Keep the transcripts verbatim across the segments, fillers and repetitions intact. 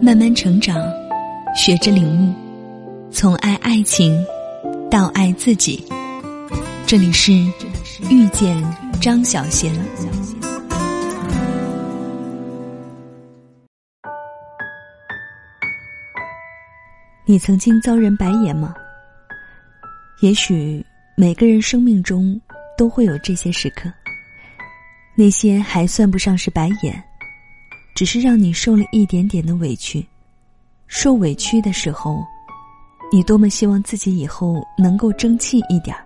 慢慢成长，学着领悟，从爱爱情到爱自己。这里是遇见张小娴。你曾经遭人白眼吗？也许每个人生命中都会有这些时刻，那些还算不上是白眼，只是让你受了一点点的委屈。受委屈的时候，你多么希望自己以后能够争气一点。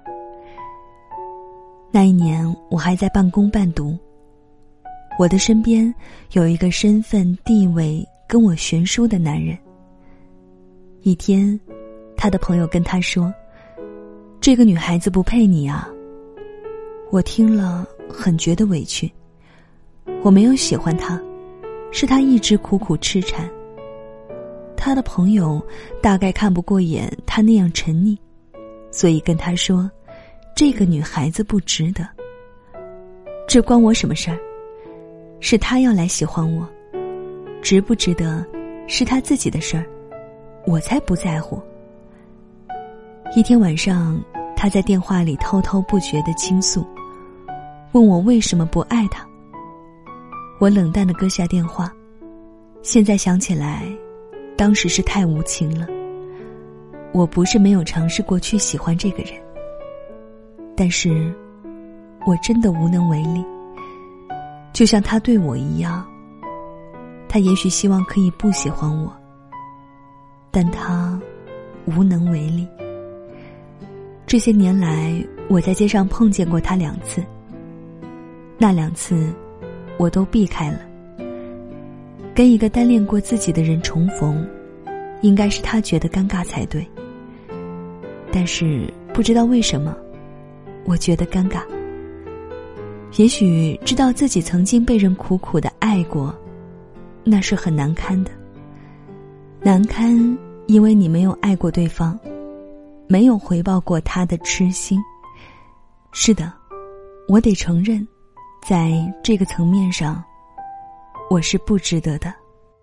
那一年我还在半工半读，我的身边有一个身份地位跟我悬殊的男人。一天，他的朋友跟他说，这个女孩子不配你啊。我听了很觉得委屈，我没有喜欢她，是她一直苦苦痴缠。他的朋友大概看不过眼他那样沉溺，所以跟他说，这个女孩子不值得。这关我什么事儿？是他要来喜欢我，值不值得是他自己的事儿，我才不在乎。一天晚上，他在电话里滔滔不绝地倾诉，问我为什么不爱他。我冷淡地搁下电话，现在想起来，当时是太无情了。我不是没有尝试过去喜欢这个人，但是我真的无能为力。就像他对我一样，他也许希望可以不喜欢我，但他无能为力。这些年来，我在街上碰见过他两次，那两次我都避开了。跟一个单恋过自己的人重逢，应该是他觉得尴尬才对。但是不知道为什么，我觉得尴尬。也许知道自己曾经被人苦苦的爱过，那是很难堪的。难堪，因为你没有爱过对方，没有回报过他的痴心。是的，我得承认，在这个层面上，我是不值得的。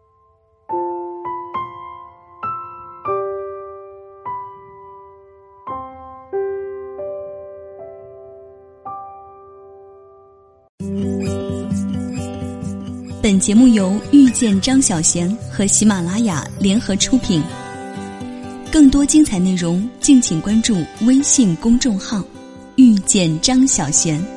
本节目由遇见张小娴和喜马拉雅联合出品，更多精彩内容敬请关注微信公众号遇见张小娴。